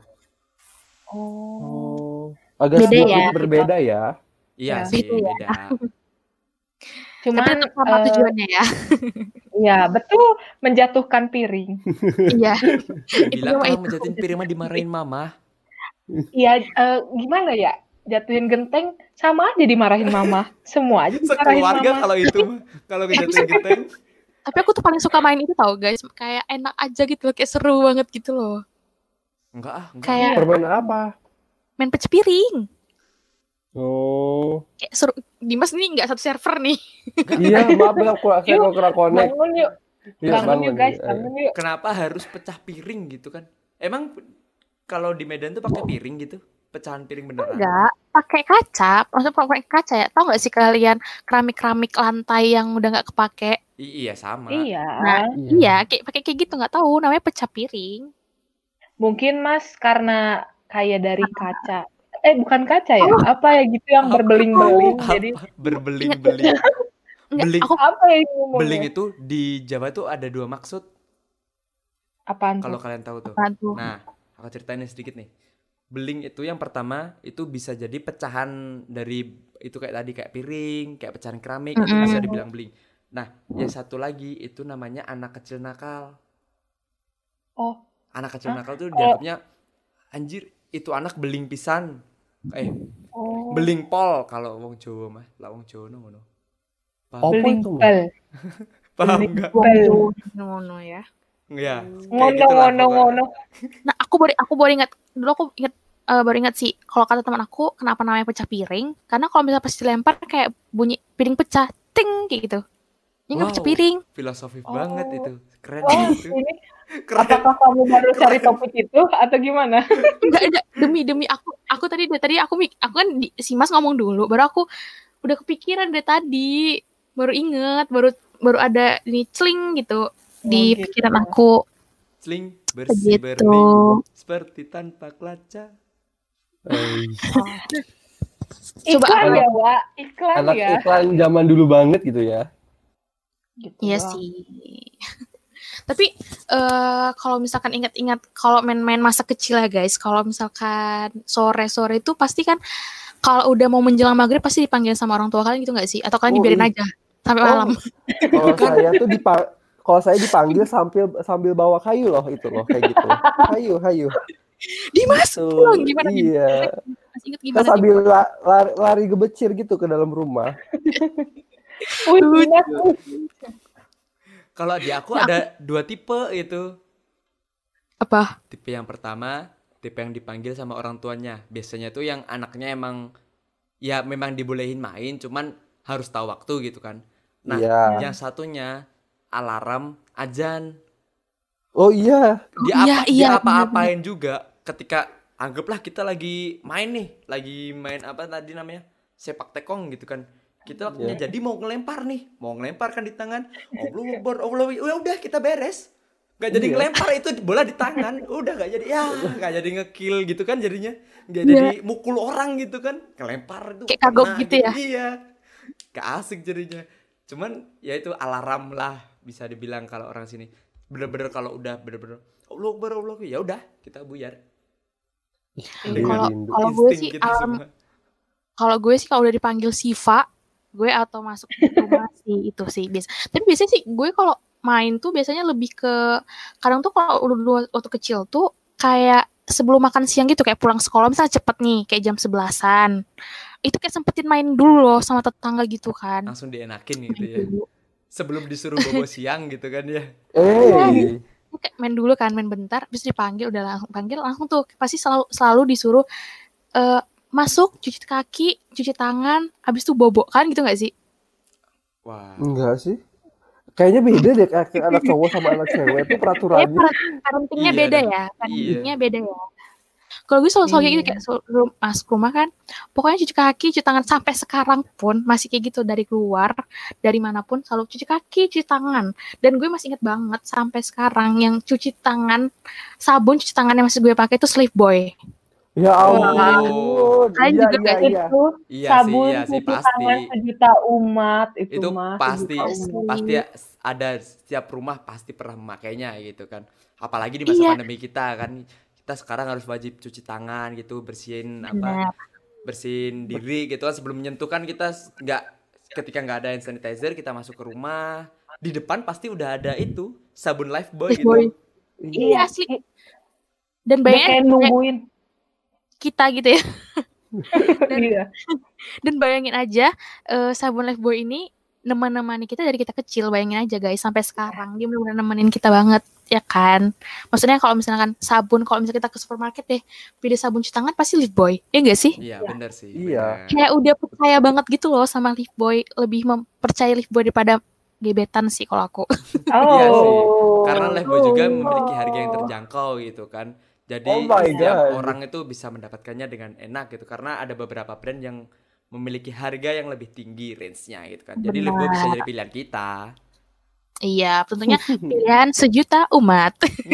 Oh. Oh, agak Beda sedikit ya. berbeda ya. Iya Ya. sih Beda ya. beda. Cuman Tapi tetap sama eh, tujuannya ya. ya betul menjatuhkan piring. Iya. Bilang mah kalau itu. menjatuhin piring mah dimarahin mama. Iya, eh, gimana ya? Jatuhin genteng sama aja dimarahin mama. Semua aja dimarahin Sekeluarga mama. kalau itu mah kalau ngejatuhin genteng. Tapi aku tuh paling suka main itu tau guys, kayak enak aja gitu loh, kayak seru banget gitu loh. Enggak ah, enggak. Kayak Permainan apa? main pecah piring. Oh, Kayak seru. Dimas nih nggak satu server nih. iya, maaf ya, aku saya Yuk, kok kena connect. Bangun yuk, Iya, bangun yuk guys, iya. bangun yuk. Kenapa harus pecah piring gitu kan? Emang kalau di Medan tuh pakai piring gitu? Pecahan piring beneran? Enggak, pakai kaca. Maksudnya pakai kaca ya. Tahu nggak sih kalian keramik-keramik lantai yang udah nggak kepake? I- iya sama. Iya, Nah, Iya. iya, kayak pakai kayak gitu nggak tahu. Namanya pecah piring. mungkin Mas karena kayak dari kaca. Eh bukan kaca ya? Oh. Apa ya gitu yang Apa? berbeling-beling. Apa? Jadi Berbeling-beling. Enggak, Beling. aku apa ya ngomongnya? Beling itu di Jawa tuh ada dua maksud. Apaan Kalau tuh? kalian tahu tuh. Apaan tuh? Nah, aku ceritain sedikit nih. Beling itu yang pertama itu bisa jadi pecahan dari itu kayak tadi kayak piring, kayak pecahan keramik itu Mm-mm. bisa dibilang beling. Nah, yang satu lagi itu namanya anak kecil nakal. Oh, Anak kecil Hah? nakal tuh Kalau- dianggapnya anjir itu anak beling pisan. Eh, oh. beling pol kalau wong Jawa mah, lah wong Jawa ngono. Paham? Apa Beling itu, Mas? bal. Paham beling enggak? bal. Ngono ya. Ya, kayak Ngono gitulah ngono pokoknya. ngono. Nah, aku baru aku baru ingat dulu aku ingat eh, baru ingat sih kalau kata teman aku kenapa namanya pecah piring karena kalau misalnya pas dilempar kayak bunyi piring pecah ting kayak gitu. Ini nggak pecah Wow. piring. Filosofis Oh. banget itu. Keren Wah, itu. ini Keren. apakah kamu baru cari Keren. topik itu atau gimana? Enggak enggak demi demi aku aku tadi dari tadi aku mik- aku kan di, si Mas ngomong dulu baru aku udah kepikiran dari tadi baru inget baru baru ada ini celing gitu di gitu. pikiran aku Sling bersih gitu. berning seperti tanpa kaca. Eh, Coba Iklan apa? ya, Wak. Iklan anak ya. iklan zaman dulu banget gitu ya. Gitu Iya doang. sih. Tapi eh kalau misalkan ingat-ingat kalau main-main masa kecil ya guys, kalau misalkan sore-sore itu pasti kan kalau udah mau menjelang maghrib pasti dipanggil sama orang tua kalian gitu nggak sih? Atau kalian Oh, dibiarin iya. aja sampai Oh. malam? Kalau saya tuh dipa- kalau saya dipanggil sambil sambil bawa kayu loh itu loh kayak gitu. Hayu, hayu. Dimas, Tuh, pulang gimana? iya. Masih inget Kan gimana? sambil la- lari, lari gebecir gitu ke dalam rumah. Wih, Dimas. Kalau di aku Ya, ada dua tipe itu. Apa? Tipe yang pertama, tipe yang dipanggil sama orang tuanya. Biasanya tuh yang anaknya emang ya memang dibolehin main, cuman harus tahu waktu gitu kan. Nah, Iya. yang satunya alarm azan. Oh iya. Dia Oh, iya, apa iya, dia apa-apain juga ketika anggaplah kita lagi main nih, lagi main apa tadi namanya? Sepak tekong gitu kan. Kita waktunya Iya. jadi mau ngelempar nih, mau ngelempar kan di tangan. Allahu Akbar, Allahu Akbar. udah kita beres. Gak jadi Iya. ngelempar itu bola di tangan, udah gak jadi ya, gak jadi ngekill gitu kan jadinya, gak Iya. jadi mukul orang gitu kan, ngelempar itu Kayak kagok kena gitu ya? Iya, gak asik jadinya. Cuman ya itu alarm lah bisa dibilang kalau orang sini. Bener-bener kalau udah bener-bener Allah Akbar, Allah Akbar, ya udah kita buyar. Rindu, Kalau rindu. kalau gue Insting sih kita alarm semua. kalau gue sih kalau udah dipanggil Siva, gue atau masuk ke rumah sih itu sih biasa. Tapi biasanya sih gue kalau main tuh biasanya lebih ke kadang tuh kalau udah dulu waktu kecil tuh kayak sebelum makan siang gitu kayak pulang sekolah misalnya cepet nih kayak jam sebelasan. Itu kayak sempetin main dulu loh sama tetangga gitu kan. Langsung dienakin gitu ya. Dulu. Sebelum disuruh bobo siang gitu kan ya. Eh. Kayak main dulu kan main bentar habis dipanggil udah langsung panggil langsung tuh pasti selalu selalu disuruh eh, masuk cuci kaki cuci tangan habis itu bobo kan gitu nggak sih? Wah. Enggak sih. Kayaknya beda deh kayak anak cowok sama anak cewek itu Kayak peraturannya. parenting- parentingnya Iya beda dah. ya parentingnya beda ya. Kalau gue selalu selalu kayak gitu kayak sebelum masuk rumah kan pokoknya cuci kaki cuci tangan sampai sekarang pun masih kayak gitu dari keluar dari manapun selalu cuci kaki cuci tangan dan gue masih inget banget sampai sekarang yang cuci tangan sabun cuci tangan yang masih gue pakai itu Slave Boy. Ya ampun. Kalian Iya juga iya kayak iya. Itu Iya sih, sabun iya sih cuci pasti. tangan sejuta umat itu, Itu mah pasti sejuta umat. pasti ya, ada setiap rumah pasti pernah memakainya gitu kan. Apalagi di masa Iya. pandemi kita kan kita sekarang harus wajib cuci tangan gitu, bersihin apa? Benar. Bersihin diri gitu kan sebelum menyentuh kan kita s- nggak ketika nggak ada hand sanitizer kita masuk ke rumah di depan pasti udah ada itu sabun Lifebuoy Slave gitu. Boy. Iya asli. Dan Udah bayangin kayak nungguin. kita gitu ya. Dan, Iya. dan bayangin aja eh, sabun Lifebuoy ini nemen-nemani kita dari kita kecil bayangin aja guys sampai sekarang dia benar-benar nemenin kita banget ya kan. Maksudnya kalau misalkan sabun kalau misalnya kita ke supermarket deh pilih sabun cuci tangan pasti Lifebuoy ya enggak sih? Iya, bener sih. Iya. bener. Kayak udah percaya banget gitu loh sama Lifebuoy lebih mempercaya Lifebuoy daripada gebetan sih kalau aku. Iya sih. Oh. Karena Lifebuoy juga memiliki harga yang terjangkau gitu kan. Jadi Oh my setiap God. orang itu bisa mendapatkannya dengan enak gitu karena ada beberapa brand yang memiliki harga yang lebih tinggi range-nya gitu kan. Jadi Benar. Lifebuoy bisa jadi pilihan kita. Iya tentunya pilihan sejuta umat.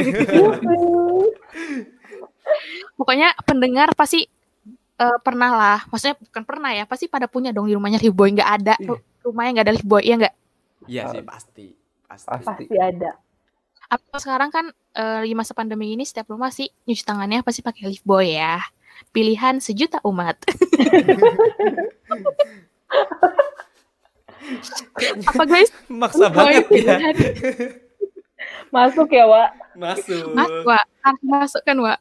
Pokoknya pendengar pasti eh, pernah lah, maksudnya bukan pernah ya, pasti pada punya dong di rumahnya Lifebuoy nggak ada Iya. ru- rumahnya nggak ada Lifebuoy ya nggak? Iya sih pasti. Pasti. Pasti. Pasti ada. Apa sekarang kan eh, di masa pandemi ini setiap rumah sih nyuci tangannya pasti pakai Lifebuoy ya. Pilihan sejuta umat. Apa guys? Maksa Lifebuoy banget ya. pilihan. Masuk ya, Wak. Masuk. Mas, Wak, harus masuk kan, Wak?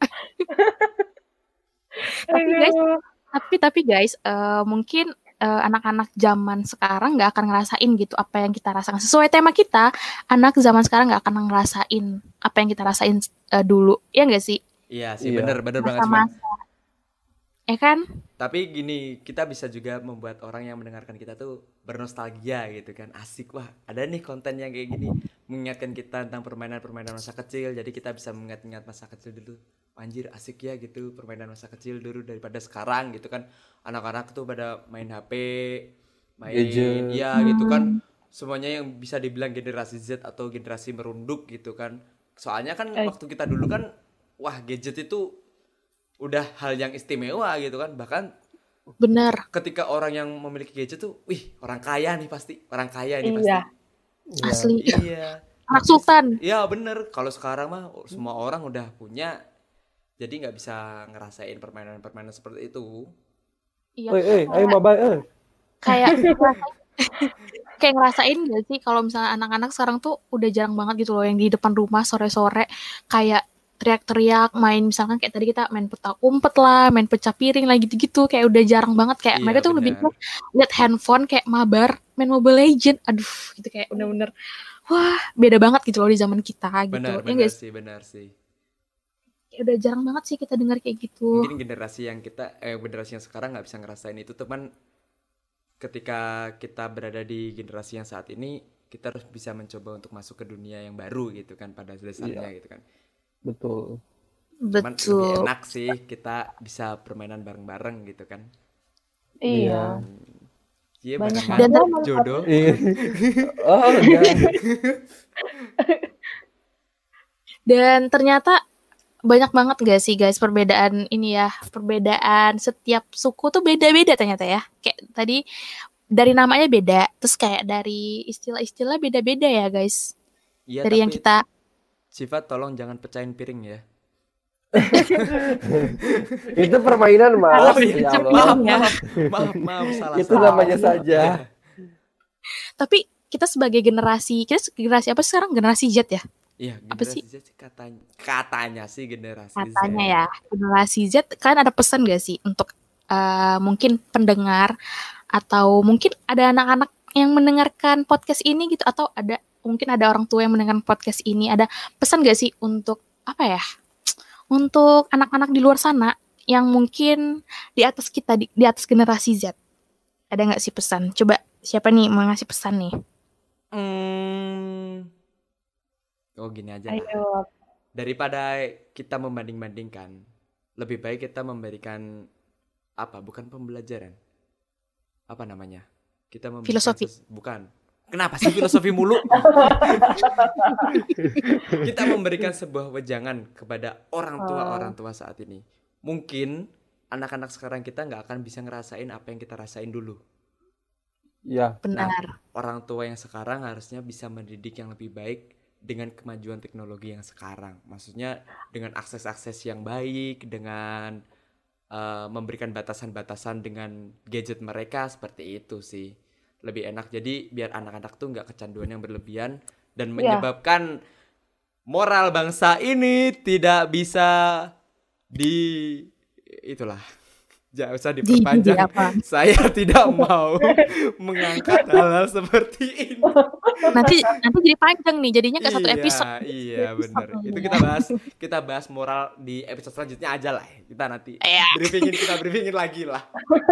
Tapi guys, Aduh. tapi tapi guys, eh, mungkin eh, anak-anak zaman sekarang nggak akan ngerasain gitu apa yang kita rasakan. Sesuai tema kita, anak zaman sekarang nggak akan ngerasain apa yang kita rasain eh, dulu, ya nggak sih? Iya sih, Iya. bener bener banget sih, Bang. Masa-masa, ya kan? Tapi gini, kita bisa juga membuat orang yang mendengarkan kita tuh bernostalgia gitu kan. Asik, wah ada nih konten yang kayak gini, mengingatkan kita tentang permainan-permainan masa kecil. Jadi kita bisa mengingat-ingat masa kecil dulu. Anjir asik ya gitu permainan masa kecil dulu daripada sekarang gitu kan. Anak-anak tuh pada main H P, main Gadget. ya gitu kan. Semuanya yang bisa dibilang generasi Z atau generasi merunduk gitu kan. Soalnya kan Eh. waktu kita dulu kan, wah gadget itu udah hal yang istimewa gitu kan. Bahkan Bener, ketika orang yang memiliki gadget tuh, wih orang kaya nih pasti, orang kaya nih Iya. pasti. asli. Iya. Anak sultan. Iya bener. Kalau sekarang mah semua orang udah punya, jadi nggak bisa ngerasain permainan-permainan seperti itu. Iya. Eh, eh, ayo mabay, eh. Kayak ngerasain, kayak ngerasain gak sih kalau misalnya anak-anak sekarang tuh udah jarang banget gitu loh yang di depan rumah sore-sore kayak teriak-teriak main, misalkan kayak tadi kita main petak umpet lah, main pecah piring lah gitu-gitu, kayak udah jarang banget, kayak Iya, mereka tuh lebih benar. lihat handphone kayak mabar main Mobile Legend, aduh gitu kayak bener-bener wah beda banget gitu loh di zaman kita gitu. Benar, Ya benar guys, sih, benar sih. kayak udah jarang banget sih kita dengar kayak gitu. Mungkin generasi yang kita, eh generasi yang sekarang nggak bisa ngerasain itu, teman. Ketika kita berada di generasi yang saat ini, kita harus bisa mencoba untuk masuk ke dunia yang baru gitu kan pada dasarnya gitu kan. Betul. Cuman lebih Betul. enak sih kita bisa permainan bareng-bareng gitu kan. Iya. Iya Banyak barengan banget. jodoh. Iya. Oh, enggak. Dan ternyata banyak banget gak sih guys perbedaan ini ya, perbedaan setiap suku tuh beda-beda ternyata ya. Kayak tadi dari namanya beda, terus kayak dari istilah-istilah beda-beda ya guys. Iya, Dari yang tapi kita Sifat tolong jangan pecahin piring ya. Itu permainan, Mas. Oh, iya. Ya Allah. Maaf, ya. maaf, maaf, maaf, salah. Itu salah. namanya saja. Tapi kita sebagai generasi, kita generasi apa sih sekarang? Generasi Z ya? Iya, Apa generasi sih? Z sih katanya, katanya sih generasi Katanya Z. ya, generasi Z. Kalian ada pesan gak sih untuk eh, mungkin pendengar atau mungkin ada anak-anak yang mendengarkan podcast ini gitu, atau ada mungkin ada orang tua yang mendengarkan podcast ini, ada pesan gak sih untuk apa ya? Untuk anak-anak di luar sana yang mungkin di atas kita, di, di atas generasi Z. Ada nggak sih pesan? Coba siapa nih mau ngasih pesan nih? Hmm. Oh gini aja lah. Ayo. Daripada kita membanding-bandingkan, lebih baik kita memberikan apa? Bukan pembelajaran. Apa namanya? Kita memberikan Filosofi. ses- bukan. Kenapa sih filosofi mulu? Kita memberikan sebuah wejangan kepada orang tua Oh. orang tua saat ini. Mungkin anak-anak sekarang kita nggak akan bisa ngerasain apa yang kita rasain dulu. Ya, Benar. Orang tua yang sekarang harusnya bisa mendidik yang lebih baik dengan kemajuan teknologi yang sekarang. Maksudnya dengan akses-akses yang baik, dengan eh, memberikan batasan-batasan dengan gadget mereka, seperti itu sih. Lebih enak. Jadi biar anak-anak tuh nggak kecanduan yang berlebihan dan Iya. menyebabkan moral bangsa ini tidak bisa di itulah. Jangan usah Di, di diperpanjang. apa? Saya tidak mau mengangkat hal-hal seperti ini. Nanti nanti jadi panjang nih, jadinya kayak satu Iya, episode. iya benar. Itu kita bahas, kita bahas moral di episode selanjutnya aja lah. Kita nanti Iya. briefingin, kita briefingin lagi lah.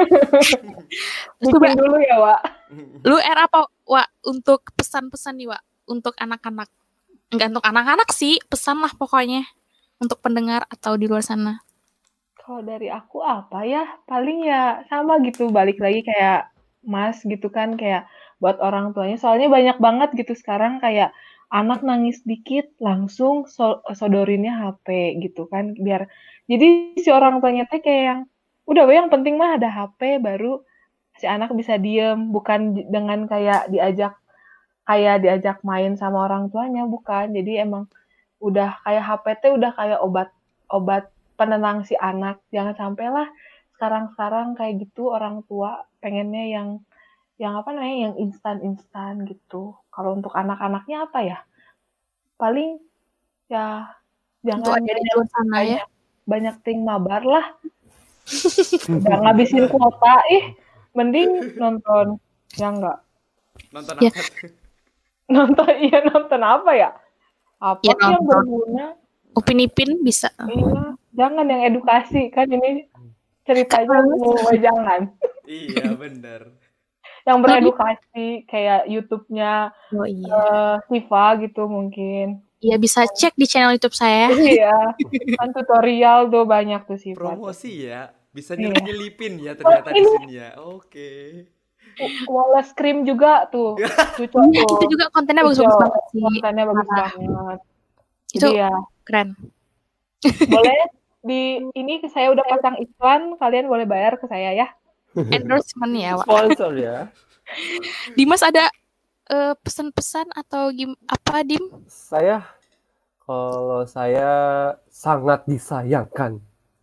Coba Bikin dulu ya, Wak. lu R apa, Wak, untuk pesan-pesan nih, Wak, untuk anak-anak. Enggak untuk anak-anak sih, pesan lah pokoknya untuk pendengar atau di luar sana. Kalau dari aku apa ya? Paling ya sama gitu, balik lagi kayak Mas gitu kan, kayak buat orang tuanya. Soalnya banyak banget gitu sekarang kayak anak nangis dikit langsung so- sodorinnya H P gitu kan, biar jadi si orang tuanya teh kayak yang udah we, yang penting mah ada H P baru si anak bisa diem, bukan j- dengan kayak diajak kayak diajak main sama orang tuanya, bukan. Jadi emang udah kayak H P T udah kayak obat obat penenang si anak. Jangan sampailah sekarang-sekarang kayak gitu orang tua pengennya yang yang apa namanya yang instan-instan gitu. Kalau untuk anak-anaknya apa ya? Paling ya Untuk jangan ada di banyak luar sana ya. banyak banyak ting mabar lah. Udah ngabisin kuota ih, mending nonton ya enggak. Nonton Ya. apa tuh? Nonton iya nonton apa ya? Apa Ya, sih yang nonton. berguna? Upin Ipin bisa. Iya, jangan yang edukasi kan ini ceritanya Kalau mau jangan. Iya bener. Yang Tapi- beredukasi kayak YouTube-nya Oh iya. eh, Siva gitu mungkin. Iya bisa cek di channel YouTube saya. Iya, kan tutorial tuh banyak tuh Siva. Promosi ya. Bisa Iya. nyelip-nyelipin ya ternyata di ini- sini ya. Oke. Wallace Cream juga tuh. Lucu Iya, tuh. itu juga kontennya bagus-bagus Lucu. banget sih. Kontennya bagus Parah. banget. Itu Jadi ya, keren. boleh di ini saya udah pasang iklan, kalian boleh bayar ke saya ya. Endorsement ya, Wak. Sponsor ya. Dimas ada eh, pesan-pesan atau gim apa Dim? Saya kalau saya sangat disayangkan.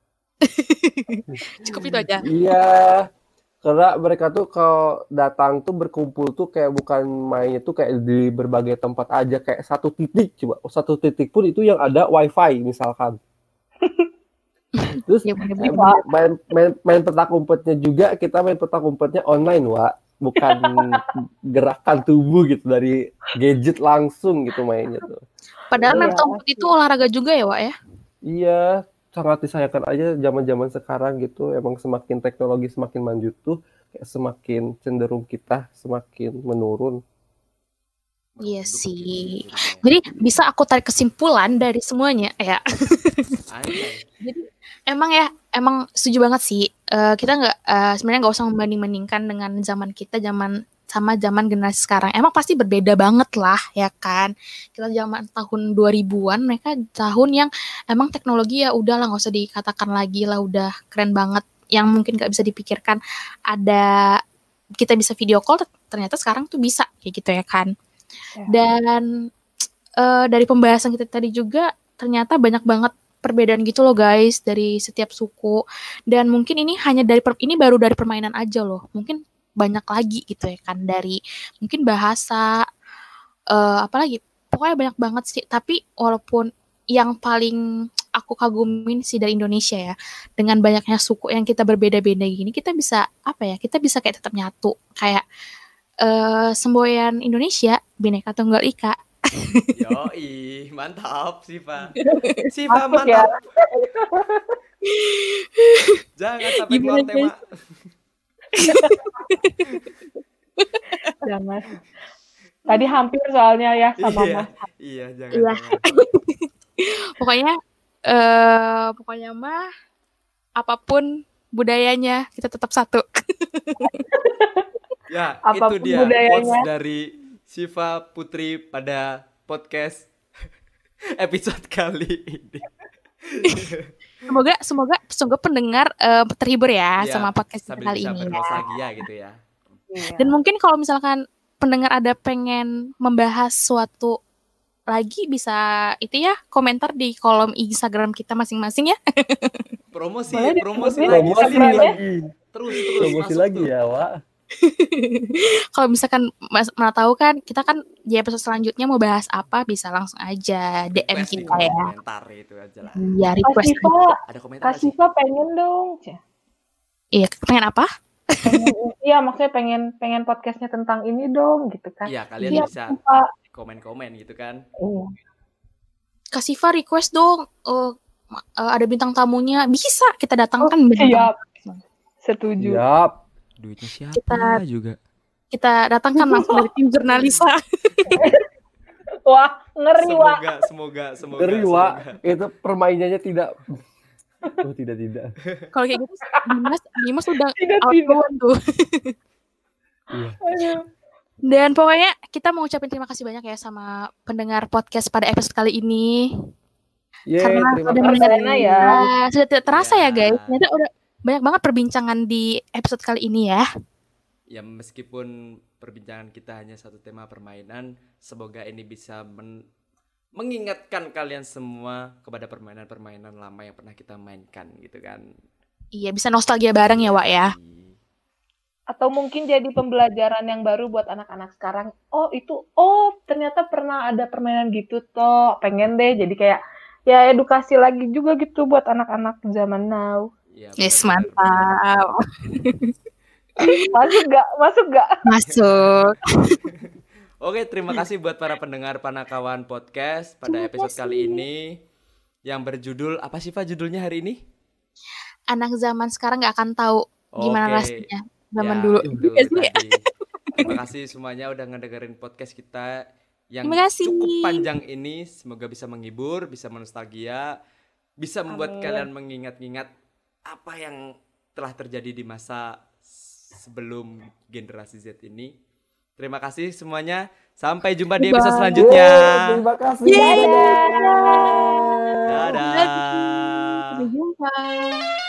Cukup itu aja. Iya, karena mereka tuh kalau datang tuh berkumpul tuh kayak bukan mainnya tuh kayak di berbagai tempat aja, kayak satu titik coba, satu titik pun itu yang ada wifi misalkan. Terus Ya, eh, bener-bener. main, main, main petak umpetnya juga, kita main petak umpetnya online, Wak. Bukan gerakan tubuh gitu dari gadget langsung gitu mainnya tuh. Padahal Iya. main tompet itu olahraga juga ya, Wak ya? Iya, sangat disayangkan aja zaman-zaman sekarang gitu. Emang semakin teknologi semakin maju tuh, kayak semakin cenderung kita semakin menurun. Iya sih. Jadi bisa aku tarik kesimpulan dari semuanya ya. Anjay. Emang ya, emang setuju banget sih. Eh, kita nggak eh, sebenarnya nggak usah membanding-bandingkan dengan zaman kita, zaman sama zaman generasi sekarang. Emang pasti berbeda banget lah, ya kan? Kita zaman tahun dua ribuan, mereka tahun yang emang teknologi ya udahlah nggak usah dikatakan lagi lah, udah keren banget. Yang mungkin nggak bisa dipikirkan ada kita bisa video call, ternyata sekarang tuh bisa kayak gitu ya kan? Ya. Dan eh, dari pembahasan kita tadi juga ternyata banyak banget perbedaan gitu loh guys dari setiap suku, dan mungkin ini hanya dari per, ini baru dari permainan aja loh, mungkin banyak lagi gitu ya kan, dari mungkin bahasa eh apalagi pokoknya banyak banget sih. Tapi walaupun yang paling aku kagumin sih dari Indonesia ya, dengan banyaknya suku yang kita berbeda-beda gini, kita bisa apa ya, kita bisa kayak tetap nyatu kayak eh semboyan Indonesia Bhinneka Tunggal Ika. Yoi, mantap Siva. Siva Masuk ya. mantap. Jangan sampai keluar Gimana, tema. Jangan. Tadi hampir soalnya ya sama Iya, Mas. iya, jangan. Iya. jangan. Pokoknya eh pokoknya mah apapun budayanya kita tetap satu. Ya, Apapun itu dia budayanya. quotes dari Siva Putri pada podcast episode kali ini. Semoga semoga semoga pendengar eh, terhibur ya Iya, sama podcast kita sambil kali bisa ini ya. bernostalgia gitu ya. Iya. Dan mungkin kalau misalkan pendengar ada pengen membahas suatu lagi, bisa itu ya komentar di kolom Instagram kita masing-masing ya. Promosi, Boleh promosi disebutin lagi, Promosi Instagramnya? lagi. terus terus Promosi masuk lagi tuh. ya, Wak. Kalau misalkan mas mana tahu kan kita kan di episode selanjutnya mau bahas apa, bisa langsung aja D M Request di kita ya. komentar itu aja lah. Iya, Kak request. Siva, Ada komentar Kak nggak sih? Siva pengen dong. Cah. Iya, pengen apa? Pengen- Iya, maksudnya pengen pengen podcastnya tentang ini dong, gitu kan? Iya, kalian Iya, bisa Siva. komen-komen gitu kan. Iya. Kak Siva request dong, eh, ma- eh, ada bintang tamunya, bisa kita datangkan Oh, bintang siap. tamu. Setuju. Yap. Duitnya siapa Kita- juga? Kita datangkan langsung dari tim jurnalisa. Wah, ngeri, Wak. Semoga, semoga, semoga. Ngeri, Wak. semoga. Itu permainannya tidak. Oh, tidak, tidak. Kalau kayak gitu Dimas Dimas udah Tidak, out tidak. duluan tuh. Iya. Aduh. Dan pokoknya kita mau ucapin terima kasih banyak ya sama pendengar podcast pada episode kali ini. Yeay, Karena terima sudah kasih. Perdana ya. Nah, sudah tidak terasa ya Ya. guys. Ternyata udah banyak banget perbincangan di episode kali ini ya. Ya meskipun perbincangan kita hanya satu tema permainan, semoga ini bisa men- mengingatkan kalian semua kepada permainan-permainan lama yang pernah kita mainkan gitu kan. Iya, bisa nostalgia bareng ya, Wak ya. Atau mungkin jadi pembelajaran yang baru buat anak-anak sekarang. Oh itu, oh ternyata pernah ada permainan gitu toh. Pengen deh jadi kayak ya edukasi lagi juga gitu buat anak-anak zaman now. Ya, Yes, benar, benar, mantap. Masuk gak? Masuk gak? Masuk. Oke, terima kasih buat para pendengar Panakawan Podcast pada Terima episode kasih. kali ini yang berjudul apa sih Pak judulnya hari ini? Anak zaman sekarang nggak akan tahu gimana Oke. rasanya zaman Ya, dulu. betul Iya sih. tadi. Terima kasih semuanya udah ngedengerin podcast kita yang Terima kasih. cukup panjang ini. Semoga bisa menghibur, bisa menostalgia, bisa membuat Amin. kalian mengingat-ingat apa yang telah terjadi di masa sebelum generasi Z ini. Terima kasih semuanya. Sampai jumpa di episode Bye. selanjutnya. Yeay, terima kasih. Yeay. Dadah. Dadah. Sampai jumpa.